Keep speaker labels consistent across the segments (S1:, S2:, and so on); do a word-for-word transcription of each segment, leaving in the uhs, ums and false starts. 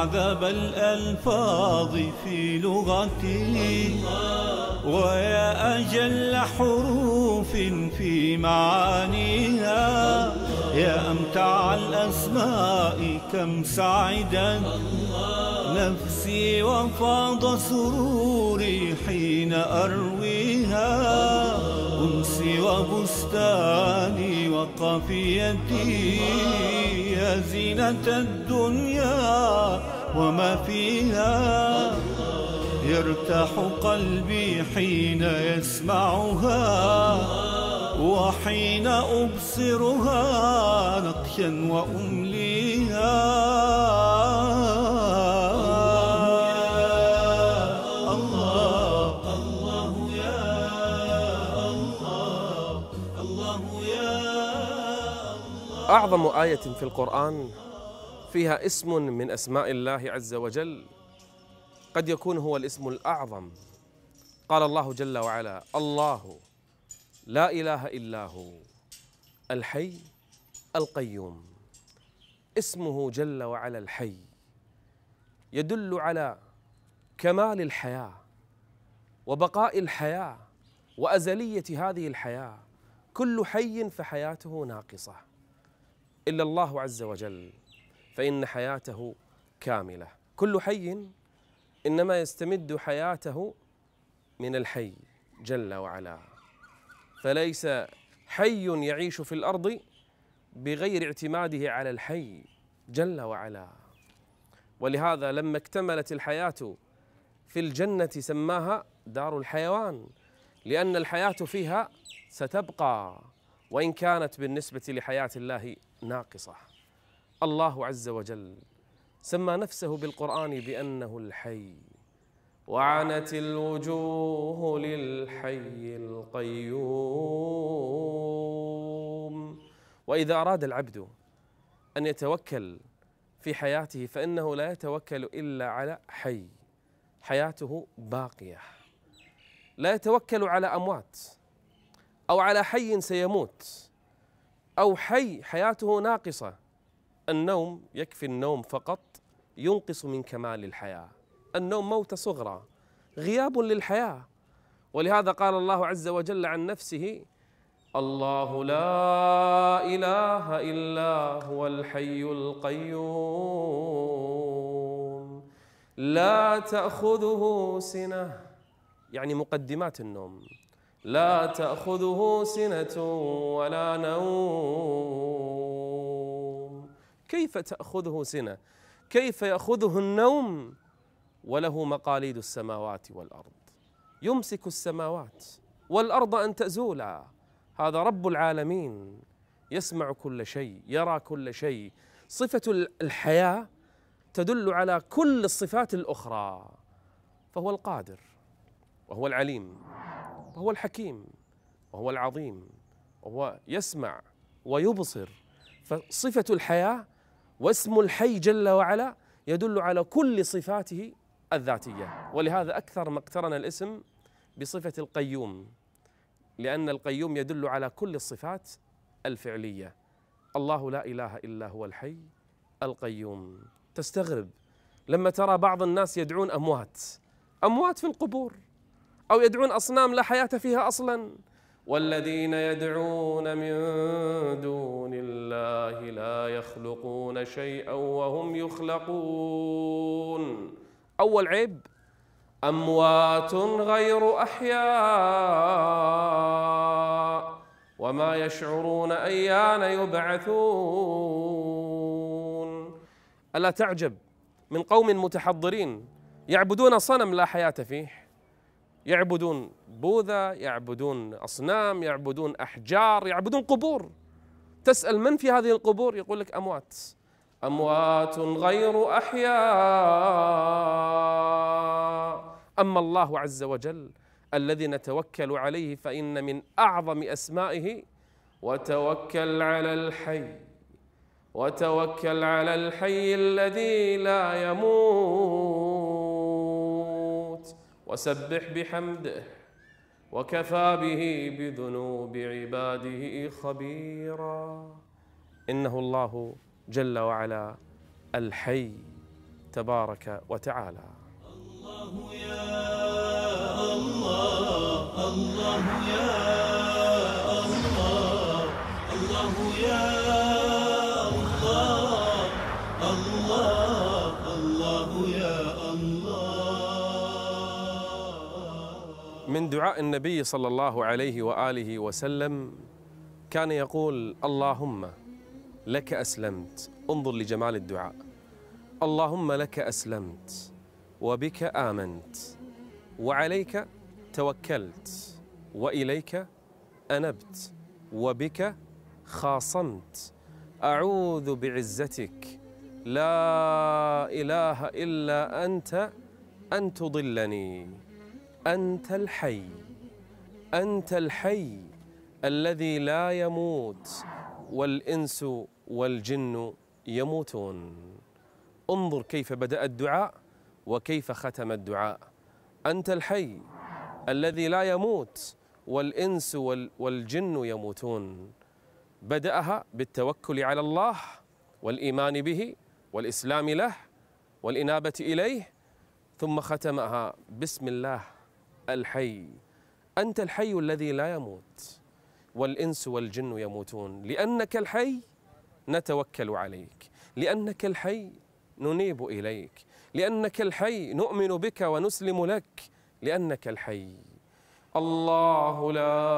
S1: أعذب الألفاظ في لغتي، ويا أجل حروف في معانيها، يا أمتع الأسماء كم سعدت نفسي وفاض سروري حين أرويها، أنسي وبستاني وقافيتي، يا زينة الدنيا وما فيها، يرتاح قلبي حين يسمعها، وحين أبصرها نقشا وأمليها.
S2: أعظم آية في القرآن فيها اسم من أسماء الله عز وجل، قد يكون هو الاسم الأعظم. قال الله جل وعلا: الله لا إله إلا هو الحي القيوم. اسمه جل وعلا الحي يدل على كمال الحياة وبقاء الحياة وأزلية هذه الحياة. كل حي فحياته ناقصة إلا الله عز وجل، فإن حياته كاملة. كل حي إنما يستمد حياته من الحي جل وعلا، فليس حي يعيش في الأرض بغير اعتماده على الحي جل وعلا. ولهذا لما اكتملت الحياة في الجنة سماها دار الحيوان، لأن الحياة فيها ستبقى وإن كانت بالنسبة لحياة الله ناقصة. الله عز وجل سمى نفسه بالقرآن بأنه الحي، وعنت الوجوه للحي القيوم. وإذا أراد العبد أن يتوكل في حياته فإنه لا يتوكل إلا على حي حياته باقية، لا يتوكل على أموات أو على حي سيموت أو حي حياته ناقصة. النوم يكفي النوم فقط ينقص من كمال الحياة. النوم موتة صغرى، غياب للحياة. ولهذا قال الله عز وجل عن نفسه: الله لا إله إلا هو الحي القيوم لا تأخذه سنة، يعني مقدمات النوم، لا تأخذه سنة ولا نوم. كيف تأخذه سنة؟ كيف يأخذه النوم وله مقاليد السماوات والأرض؟ يمسك السماوات والأرض أن تزولا. هذا رب العالمين، يسمع كل شيء، يرى كل شيء. صفة الحياة تدل على كل الصفات الأخرى، فهو القادر وهو العليم وهو الحكيم وهو العظيم وهو يسمع ويبصر. فصفة الحياة واسم الحي جل وعلا يدل على كل صفاته الذاتية. ولهذا أكثر ما اقترن الاسم بصفة القيوم، لأن القيوم يدل على كل الصفات الفعلية. الله لا إله إلا هو الحي القيوم. تستغرب لما ترى بعض الناس يدعون أموات أموات في القبور، أو يدعون أصنام لا حياة فيها أصلا. والذين يدعون من دون الله لا يخلقون شيئا وهم يخلقون. أول عيب: أموات غير أحياء وما يشعرون أيان يبعثون. ألا تعجب من قوم متحضرين يعبدون صنم لا حياة فيه، يعبدون بوذا، يعبدون أصنام، يعبدون أحجار، يعبدون قبور. تسأل من في هذه القبور؟ يقول لك أموات. أموات غير أحياء. أما الله عز وجل الذي نتوكل عليه فإن من أعظم أسمائه: وتوكل على الحي وتوكل على الحي الذي لا يموت وسبح بحمده وكفى به بذنوب عباده خبيرا. إنه الله جل وعلا الحي تبارك وتعالى.
S1: الله يا الله، الله يا الله، الله يا الله، الله الله يا الله.
S2: من دعاء النبي صلى الله عليه وآله وسلم كان يقول: اللهم لك أسلمت. انظر لجمال الدعاء. اللهم لك أسلمت وبك آمنت وعليك توكلت وإليك أنبت وبك خاصمت. أعوذ بعزتك لا إله إلا أنت أن تضلني. أنت الحي، أنت الحي الذي لا يموت والإنس والجن يموتون. انظر كيف بدأ الدعاء وكيف ختم الدعاء. أنت الحي الذي لا يموت والإنس والجن يموتون. بدأها بالتوكل على الله والإيمان به والإسلام له والإنابة إليه، ثم ختمها بسم الله الحي. أنت الحي الذي لا يموت والإنس والجن يموتون. لأنك الحي نتوكل عليك، لأنك الحي ننيب إليك، لأنك الحي نؤمن بك ونسلم لك، لأنك الحي. الله لا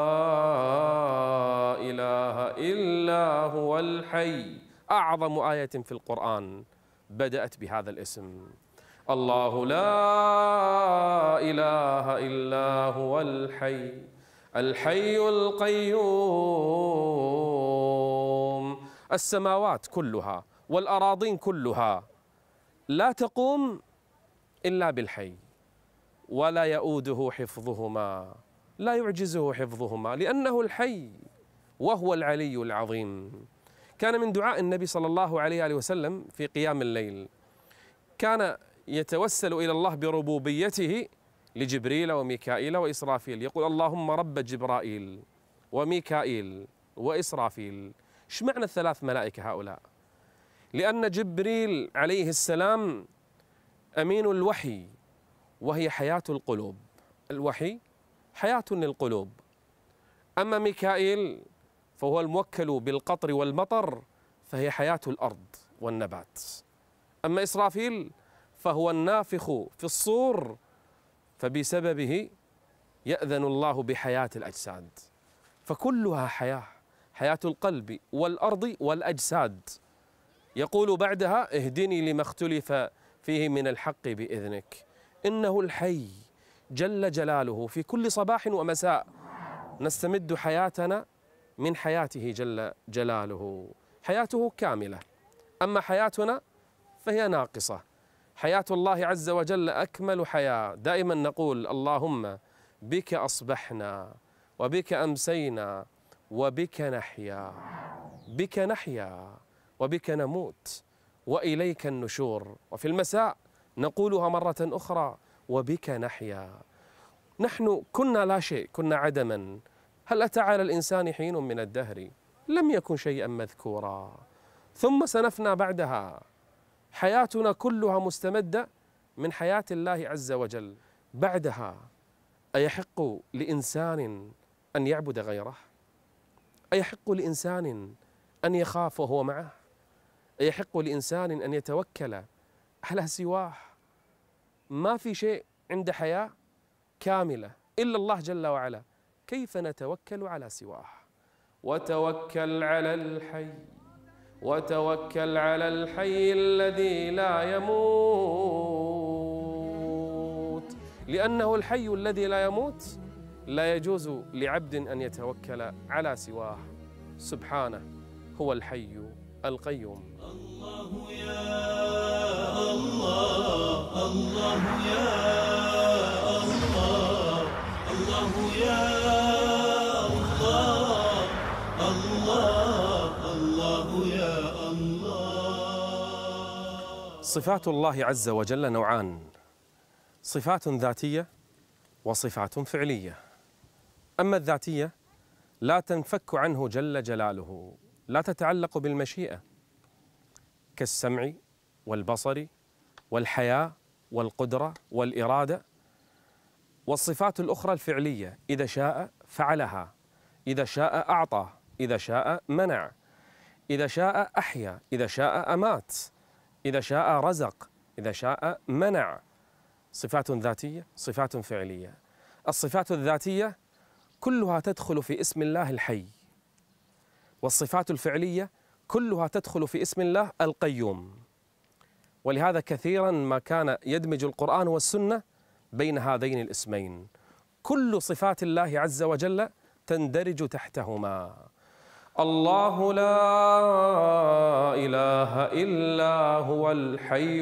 S2: إله إلا هو الحي. أعظم آية في القرآن بدأت بهذا الاسم. الله لا إله إلا هو الحي، الحي القيوم. السماوات كلها والأراضين كلها لا تقوم إلا بالحي، ولا يؤوده حفظهما، لا يعجزه حفظهما، لأنه الحي وهو العلي العظيم. كان من دعاء النبي صلى الله عليه وسلم في قيام الليل كان يتوسل إلى الله بربوبيته لجبريل وميكائيل وإسرافيل، يقول: اللهم رب جبرائيل وميكائيل وإسرافيل. ايش معنى الثلاث ملائكة هؤلاء؟ لأن جبريل عليه السلام أمين الوحي وهي حياة القلوب، الوحي حياة للقلوب. أما ميكائيل فهو الموكل بالقطر والمطر، فهي حياة الأرض والنبات. أما إسرافيل فهو النافخ في الصور، فبسببه يأذن الله بحياة الأجساد. فكلها حياة، حياة القلب والأرض والأجساد. يقول بعدها: اهدني لما اختلف فيه من الحق بإذنك. إنه الحي جل جلاله. في كل صباح ومساء نستمد حياتنا من حياته جل جلاله. حياته كاملة، أما حياتنا فهي ناقصة. حياة الله عز وجل أكمل حياة. دائما نقول: اللهم بك أصبحنا وبك أمسينا وبك نحيا، بك نحيا وبك نموت وإليك النشور. وفي المساء نقولها مرة أخرى: وبك نحيا. نحن كنا لا شيء، كنا عدما. هل أتى على الإنسان حين من الدهر لم يكن شيئا مذكورا، ثم سنفنى بعدها. حياتنا كلها مستمدة من حياة الله عز وجل. بعدها أيحق لإنسان أن يعبد غيره؟ أيحق لإنسان أن يخاف وهو معه؟ أيحق لإنسان أن يتوكل على سواه؟ ما في شيء عند حياة كاملة إلا الله جل وعلا. كيف نتوكل على سواه؟ وتوكل على الحي، وتوكل على الحي الذي لا يموت. لأنه الحي الذي لا يموت لا يجوز لعبد أن يتوكل على سواه. سبحانه هو الحي القيوم.
S1: الله يا الله، الله يا الله، الله يا الله، الله الله يا الله.
S2: صفات الله عز وجل نوعان: صفات ذاتية وصفات فعلية. أما الذاتية لا تنفك عنه جل جلاله، لا تتعلق بالمشيئة، كالسمع والبصر والحياة والقدرة والإرادة. والصفات الأخرى الفعلية، إذا شاء فعلها، إذا شاء أعطى، إذا شاء منع، إذا شاء أحيا، إذا شاء أمات، إذا شاء رزق، إذا شاء منع. صفات ذاتية، صفات فعلية. الصفات الذاتية كلها تدخل في اسم الله الحي، والصفات الفعلية كلها تدخل في اسم الله القيوم. ولهذا كثيرا ما كان يدمج القرآن والسنة بين هذين الاسمين. كل صفات الله عز وجل تندرج تحتهما. الله لا إله إلا هو الحي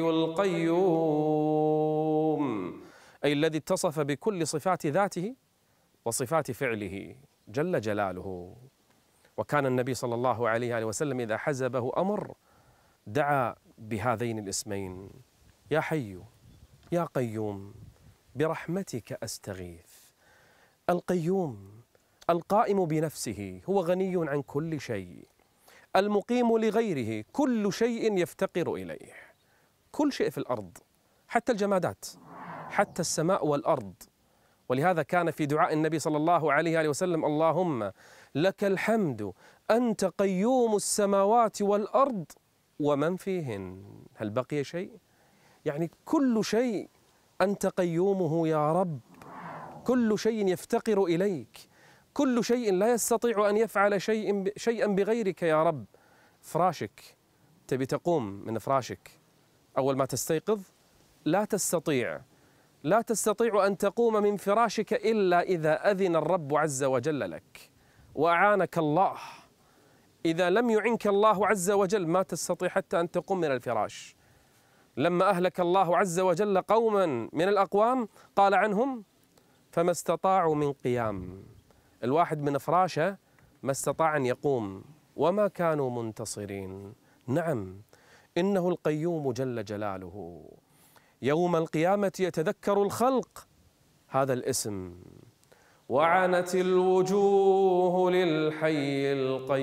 S2: القيوم، أي الذي اتصف بكل صفات ذاته وصفات فعله جل جلاله. وكان النبي صلى الله عليه وسلم إذا حزبه أمر دعا بهذين الاسمين: يا حي يا قيوم برحمتك أستغيث. القيوم القائم بنفسه، هو غني عن كل شيء. المقيم لغيره، كل شيء يفتقر إليه، كل شيء في الأرض، حتى الجمادات، حتى السماء والأرض. ولهذا كان في دعاء النبي صلى الله عليه وسلم: اللهم لك الحمد أنت قيوم السماوات والأرض ومن فيهن. هل بقي شيء؟ يعني كل شيء أنت قيومه يا رب، كل شيء يفتقر إليك، كل شيء لا يستطيع أن يفعل شيء شيئا بغيرك يا رب. فراشك، تبي تقوم من فراشك أول ما تستيقظ، لا تستطيع لا تستطيع أن تقوم من فراشك إلا إذا أذن الرب عز وجل لك وأعانك الله. إذا لم يعنك الله عز وجل ما تستطيع حتى أن تقوم من الفراش. لما أهلك الله عز وجل قوما من الأقوام قال عنهم: فما استطاعوا من قيام. الواحد من فراشه ما استطاع أن يقوم، وما كانوا منتصرين. نعم، إنه القيوم جل جلاله. يوم القيامة يتذكر الخلق هذا الاسم: وعنت الوجوه للحي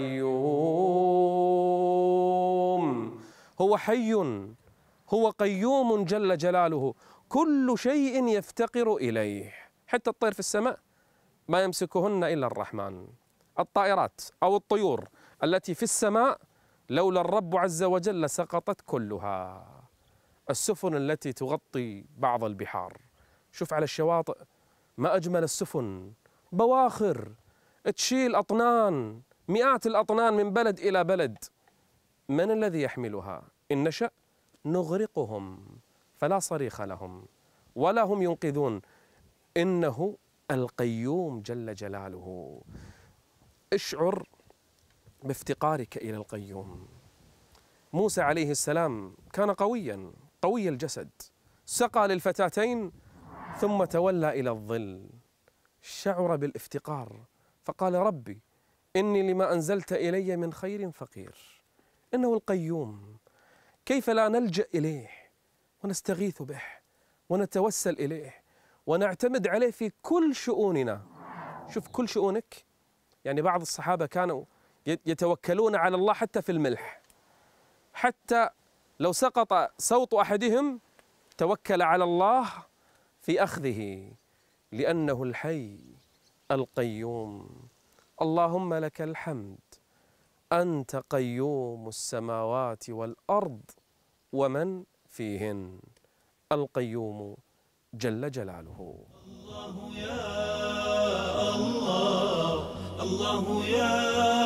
S2: القيوم. هو حي، هو قيوم جل جلاله، كل شيء يفتقر إليه. حتى الطير في السماء ما يمسكهن إلا الرحمن. الطائرات أو الطيور التي في السماء لولا الرب عز وجل لسقطت كلها. السفن التي تغطي بعض البحار، شوف على الشواطئ ما أجمل السفن، بواخر تشيل أطنان، مئات الأطنان من بلد إلى بلد. من الذي يحملها؟ إن نشأ نغرقهم فلا صريخ لهم ولا هم ينقذون. إنه القيوم جل جلاله. اشعر بافتقارك إلى القيوم. موسى عليه السلام كان قويا قوي الجسد، سقى للفتاتين ثم تولى إلى الظل، شعر بالافتقار فقال: ربي إني لما أنزلت إلي من خير فقير. إنه القيوم، كيف لا نلجأ إليه ونستغيث به ونتوسل إليه ونعتمد عليه في كل شؤوننا. شوف كل شؤونك. يعني بعض الصحابة كانوا يتوكلون على الله حتى في الملح، حتى لو سقط صوت أحدهم توكل على الله في أخذه، لأنه الحي القيوم. اللهم لك الحمد أنت قيوم السماوات والأرض ومن فيهن، القيوم جل جلاله.
S1: الله يا الله، الله يا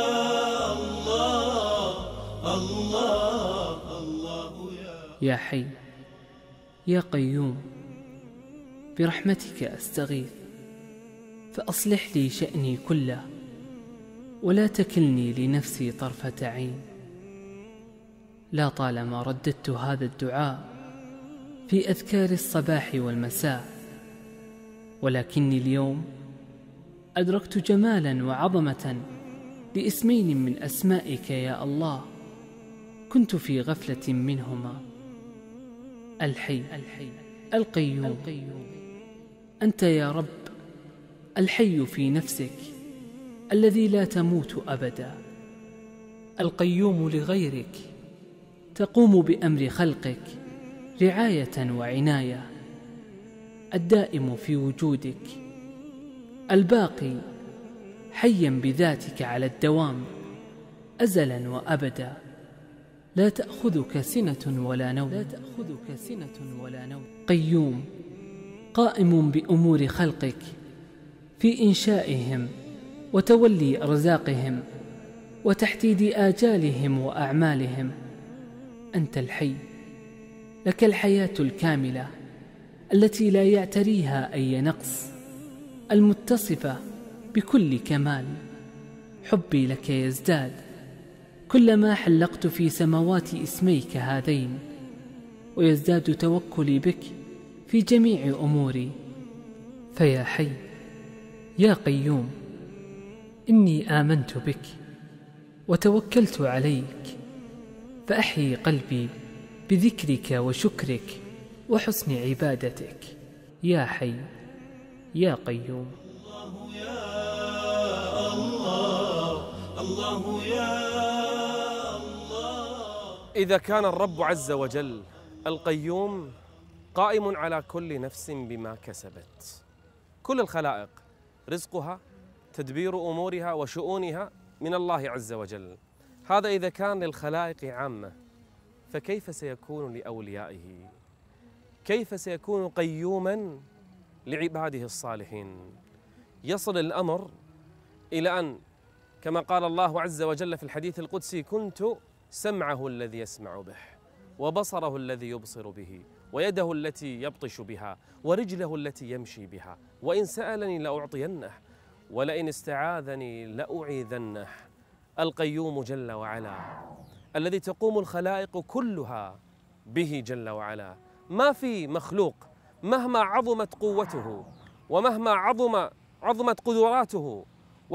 S1: الله، الله الله يا
S3: يا حي يا قيوم برحمتك أستغيث، فأصلح لي شأني كله ولا تكلني لنفسي طرفة عين. لا طالما رددت هذا الدعاء في أذكار الصباح والمساء، ولكني اليوم أدركت جمالا وعظمة لاسمين من أسمائك يا الله، كنت في غفلة منهما. الحي القيوم. أنت يا رب الحي في نفسك الذي لا تموت أبدا، القيوم لغيرك، تقوم بأمر خلقك رعاية وعناية، الدائم في وجودك، الباقي حيا بذاتك على الدوام أزلا وأبدا، لا تأخذك سنة ولا نوم، لا تأخذك سنة ولا نوم، قيوم قائم بأمور خلقك في إنشائهم وتولي أرزاقهم وتحديد آجالهم وأعمالهم. أنت الحي، لك الحياة الكاملة التي لا يعتريها أي نقص، المتصفة بكل كمال. حبي لك يزداد كلما حلقت في سماوات اسميك هذين، ويزداد توكلي بك في جميع أموري. فيا حي يا قيوم، إني آمنت بك وتوكلت عليك، فأحيي قلبي بذكرك وشكرك وحسن عبادتك. يا حي يا قيوم.
S1: الله يا الله، الله يا الله.
S2: إذا كان الرب عز وجل القيوم قائم على كل نفس بما كسبت، كل الخلائق رزقها، تدبير أمورها وشؤونها من الله عز وجل، هذا إذا كان للخلائق عامة، فكيف سيكون لأوليائه؟ كيف سيكون قيوما لعباده الصالحين؟ يصل الأمر إلى أن كما قال الله عز وجل في الحديث القدسي: كنت سمعه الذي يسمع به، وبصره الذي يبصر به، ويده التي يبطش بها، ورجله التي يمشي بها، وإن سألني لأعطينه، ولئن استعاذني لأعيذنه. القيوم جل وعلا الذي تقوم الخلائق كلها به جل وعلا. ما في مخلوق مهما عظمت قوته ومهما عظم عظمت قدراته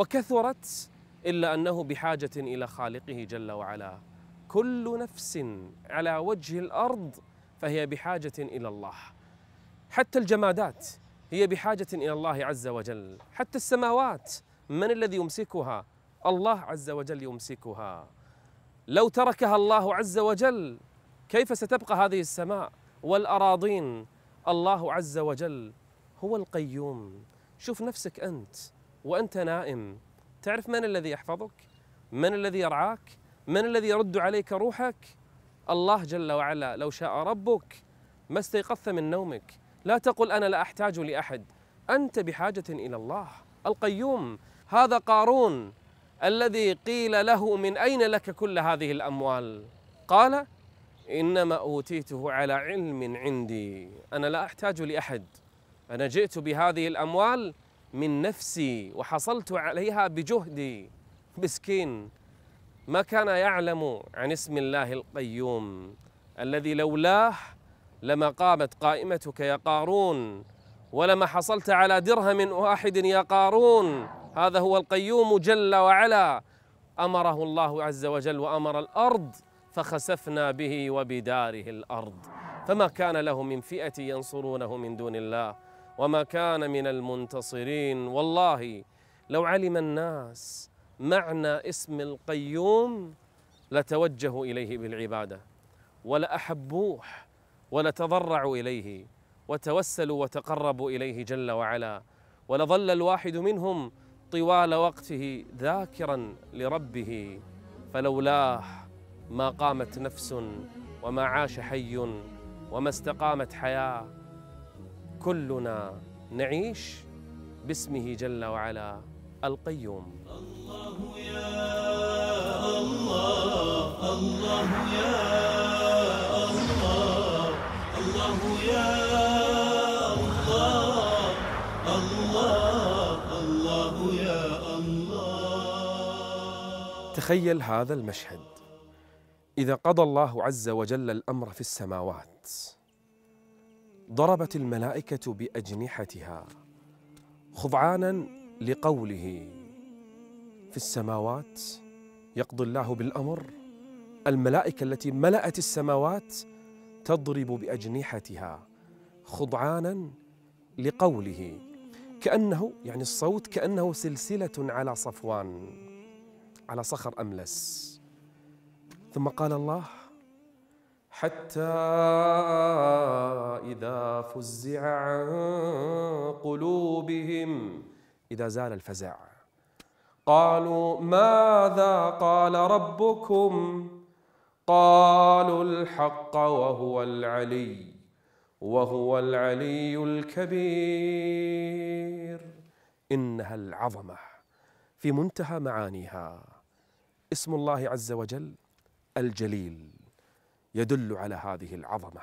S2: وكثرت إلا أنه بحاجة إلى خالقه جل وعلا. كل نفس على وجه الأرض فهي بحاجة إلى الله، حتى الجمادات هي بحاجة إلى الله عز وجل، حتى السماوات من الذي يمسكها؟ الله عز وجل يمسكها. لو تركها الله عز وجل كيف ستبقى هذه السماء والأراضين؟ الله عز وجل هو القيوم. شوف نفسك أنت وأنت نائم، تعرف من الذي يحفظك؟ من الذي يرعاك؟ من الذي يرد عليك روحك؟ الله جل وعلا. لو شاء ربك ما استيقظت من نومك. لا تقل أنا لا أحتاج لأحد، أنت بحاجة إلى الله القيوم. هذا قارون الذي قيل له: من أين لك كل هذه الأموال؟ قال: إنما أوتيته على علم عندي، أنا لا أحتاج لأحد، أنا جئت بهذه الأموال من نفسي وحصلت عليها بجهدي. مسكين ما كان يعلم عن اسم الله القيوم الذي لولاه لما قامت قائمتك يا قارون، ولما حصلت على درهم واحد يا قارون. هذا هو القيوم جل وعلا. أمره الله عز وجل وأمر الأرض فخسفنا به وبداره الأرض، فما كان له من فئة ينصرونه من دون الله وما كان من المنتصرين. والله لو علم الناس معنى اسم القيوم لتوجهوا إليه بالعبادة ولأحبوه ولتضرعوا إليه وتوسلوا وتقربوا إليه جل وعلا، ولظل الواحد منهم طوال وقته ذاكرا لربه، فلولاه ما قامت نفس وما عاش حي وما استقامت حياة. كلنا نعيش باسمه جل وعلا القيوم.
S1: الله يا الله، الله يا الله، الله يا الله، الله، الله يا الله.
S2: تخيل هذا المشهد: إذا قضى الله عز وجل الأمر في السماوات ضربت الملائكة بأجنحتها خضعانا لقوله. في السماوات يقضي الله بالأمر، الملائكة التي ملأت السماوات تضرب بأجنحتها خضعانا لقوله، كأنه يعني الصوت كأنه سلسلة على صفوان، على صخر أملس. ثم قال الله: حتى إذا فزع عن قلوبهم، إذا زال الفزع، قالوا ماذا قال ربكم؟ قالوا الحق وهو العلي وهو العلي الكبير. إنها العظمة في منتهى معانيها. اسم الله عز وجل الجليل يدل على هذه العظمة،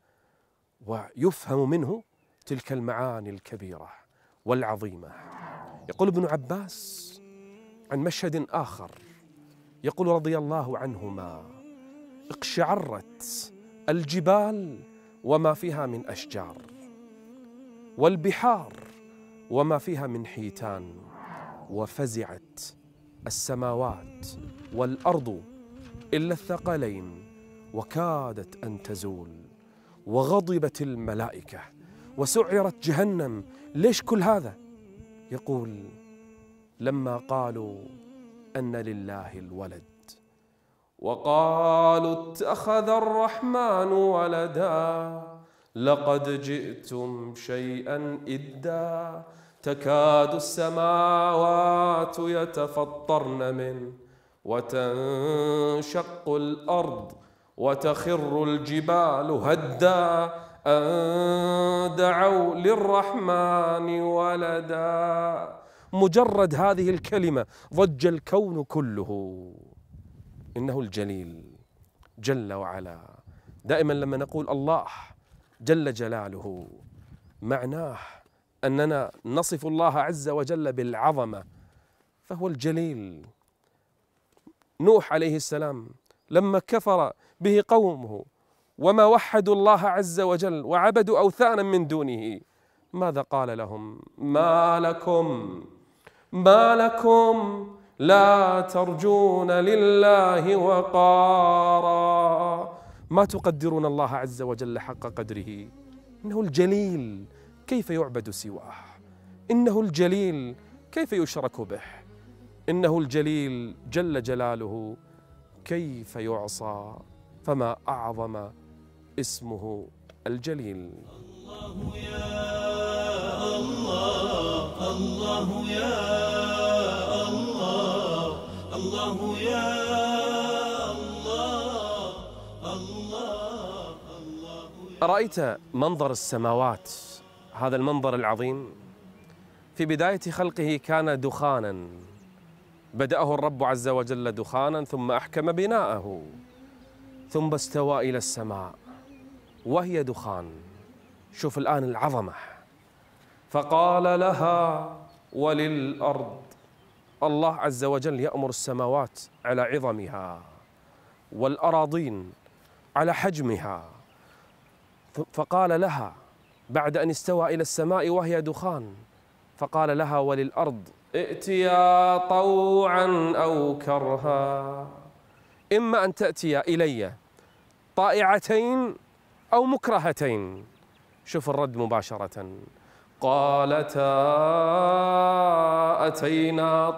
S2: ويفهم منه تلك المعاني الكبيرة والعظيمة. يقول ابن عباس عن مشهد آخر، يقول رضي الله عنهما: اقشعرت الجبال وما فيها من أشجار، والبحار وما فيها من حيتان، وفزعت السماوات والأرض إلا الثقلين، وكادت أن تزول، وغضبت الملائكة، وسعرت جهنم. ليش كل هذا؟ يقول: لما قالوا أن لله الولد، وقالوا اتخذ الرحمن ولدا، لقد جئتم شيئا إدا، تكاد السماوات يتفطرن منه وتنشق الأرض وتخر الجبال هدا أن دعوا للرحمن ولدا. مجرد هذه الكلمة ضج الكون كله. إنه الجليل جل وعلا. دائما لما نقول الله جل جلاله، معناه أننا نصف الله عز وجل بالعظمة، فهو الجليل. نوح عليه السلام لما كفر به قومه وما وحدوا الله عز وجل وعبدوا أوثانا من دونه، ماذا قال لهم؟ ما لكم ما لكم لا ترجون لله وقارا. ما تقدرون الله عز وجل حق قدره. إنه الجليل، كيف يعبد سواه؟ إنه الجليل، كيف يشرك به؟ إنه الجليل جل جلاله، كيف يعصى؟ فما أعظم اسمه الجليل.
S1: الله يا الله، الله يا الله، الله يا الله، الله الله.
S2: أرأيت منظر السماوات، هذا المنظر العظيم؟ في بداية خلقه كان دخانا، بدأه الرب عز وجل دخانا ثم أحكم بناءه، ثم استوى إلى السماء وهي دخان. شوف الآن العظمة. فقال لها وللأرض. الله عز وجل يأمر السماوات على عظمها والأراضين على حجمها، فقال لها بعد أن استوى إلى السماء وهي دخان، فقال لها وللأرض ائتيا طوعا أو كرها، إما أن تأتي إلي طائعتين أو مكرهتين. شوف الرد مباشرة، قالتا أتينا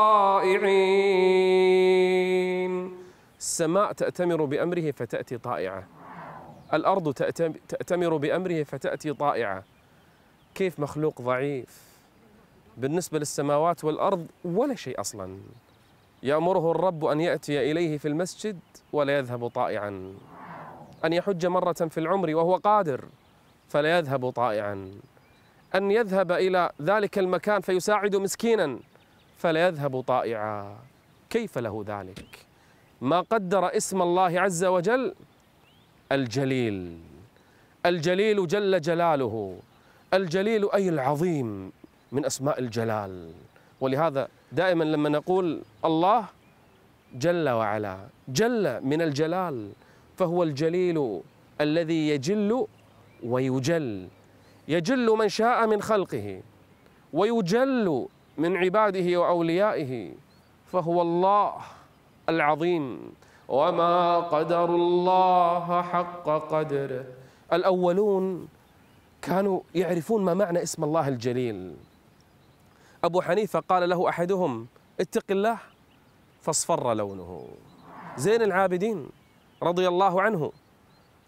S2: طائعين. السماء تأتمر بأمره فتأتي طائعة، الأرض تأتمر بأمره فتأتي طائعة. كيف مخلوق ضعيف بالنسبة للسماوات والأرض ولا شيء أصلا، يأمره الرب أن يأتي إليه في المسجد ولا يذهب طائعا، أن يحج مرة في العمر وهو قادر فلا يذهب طائعا، أن يذهب إلى ذلك المكان فيساعد مسكينا فلا يذهب طائعا. كيف له ذلك؟ ما قدر اسم الله عز وجل الجليل. الجليل جل جلاله، الجليل أي العظيم من أسماء الجلال. ولهذا دائما لما نقول الله جل وعلا، جل من الجلال، فهو الجليل الذي يجل ويجل، يجل من شاء من خلقه ويجل من عباده وأوليائه، فهو الله العظيم. وما قدر الله حق قدره. الأولون كانوا يعرفون ما معنى اسم الله الجليل. أبو حنيفة قال له أحدهم اتق الله فاصفر لونه. زين العابدين رضي الله عنه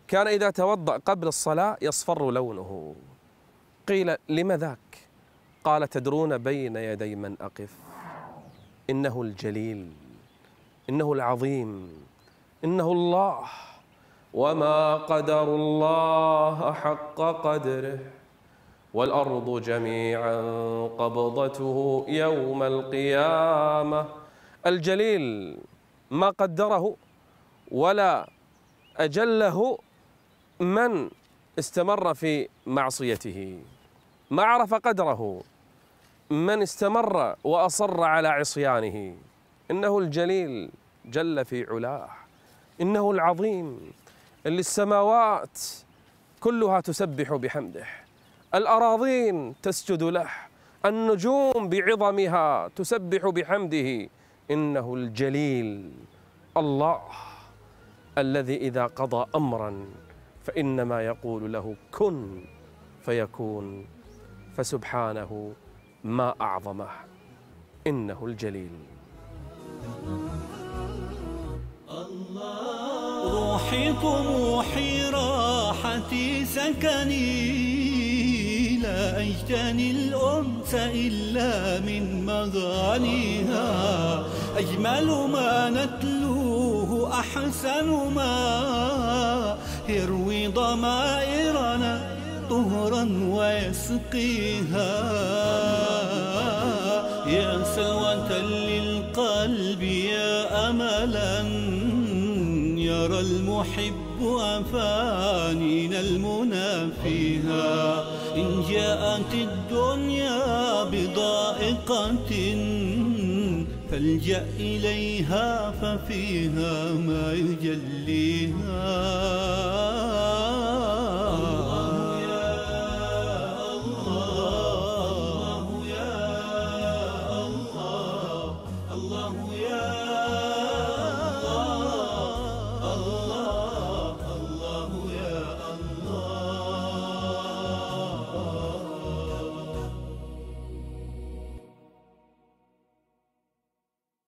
S2: كان إذا توضأ قبل الصلاة يصفر لونه. قيل لم ذاك؟ قال تدرون بين يدي من أقف؟ إنه الجليل، إنه العظيم، إنه الله، وما قدر الله حق قدره، والأرض جميعا قبضته يوم القيامة. الجليل ما قدره ولا أجله من استمر في معصيته، ما عرف قدره من استمر وأصر على عصيانه. إنه الجليل جل في علاه، إنه العظيم اللي السماوات كلها تسبح بحمده، الأراضين تسجد له، النجوم بعظمها تسبح بحمده. إنه الجليل الله الذي إذا قضى أمرا فإنما يقول له كن فيكون، فسبحانه ما أعظمه. إنه الجليل.
S1: روحي طموحي راحتي سكني، لا أجتني الأنس إلا من مغانيها. أجمل ما نتلوه أحسن ما يروي ضمائرنا طهرا ويسقيها. يا سلوة للقلب يا أملا يرى المحب أفانينا المنى فيها. إن جاءت الدنيا بضائقة فالجأ إليها ففيها ما يجليها.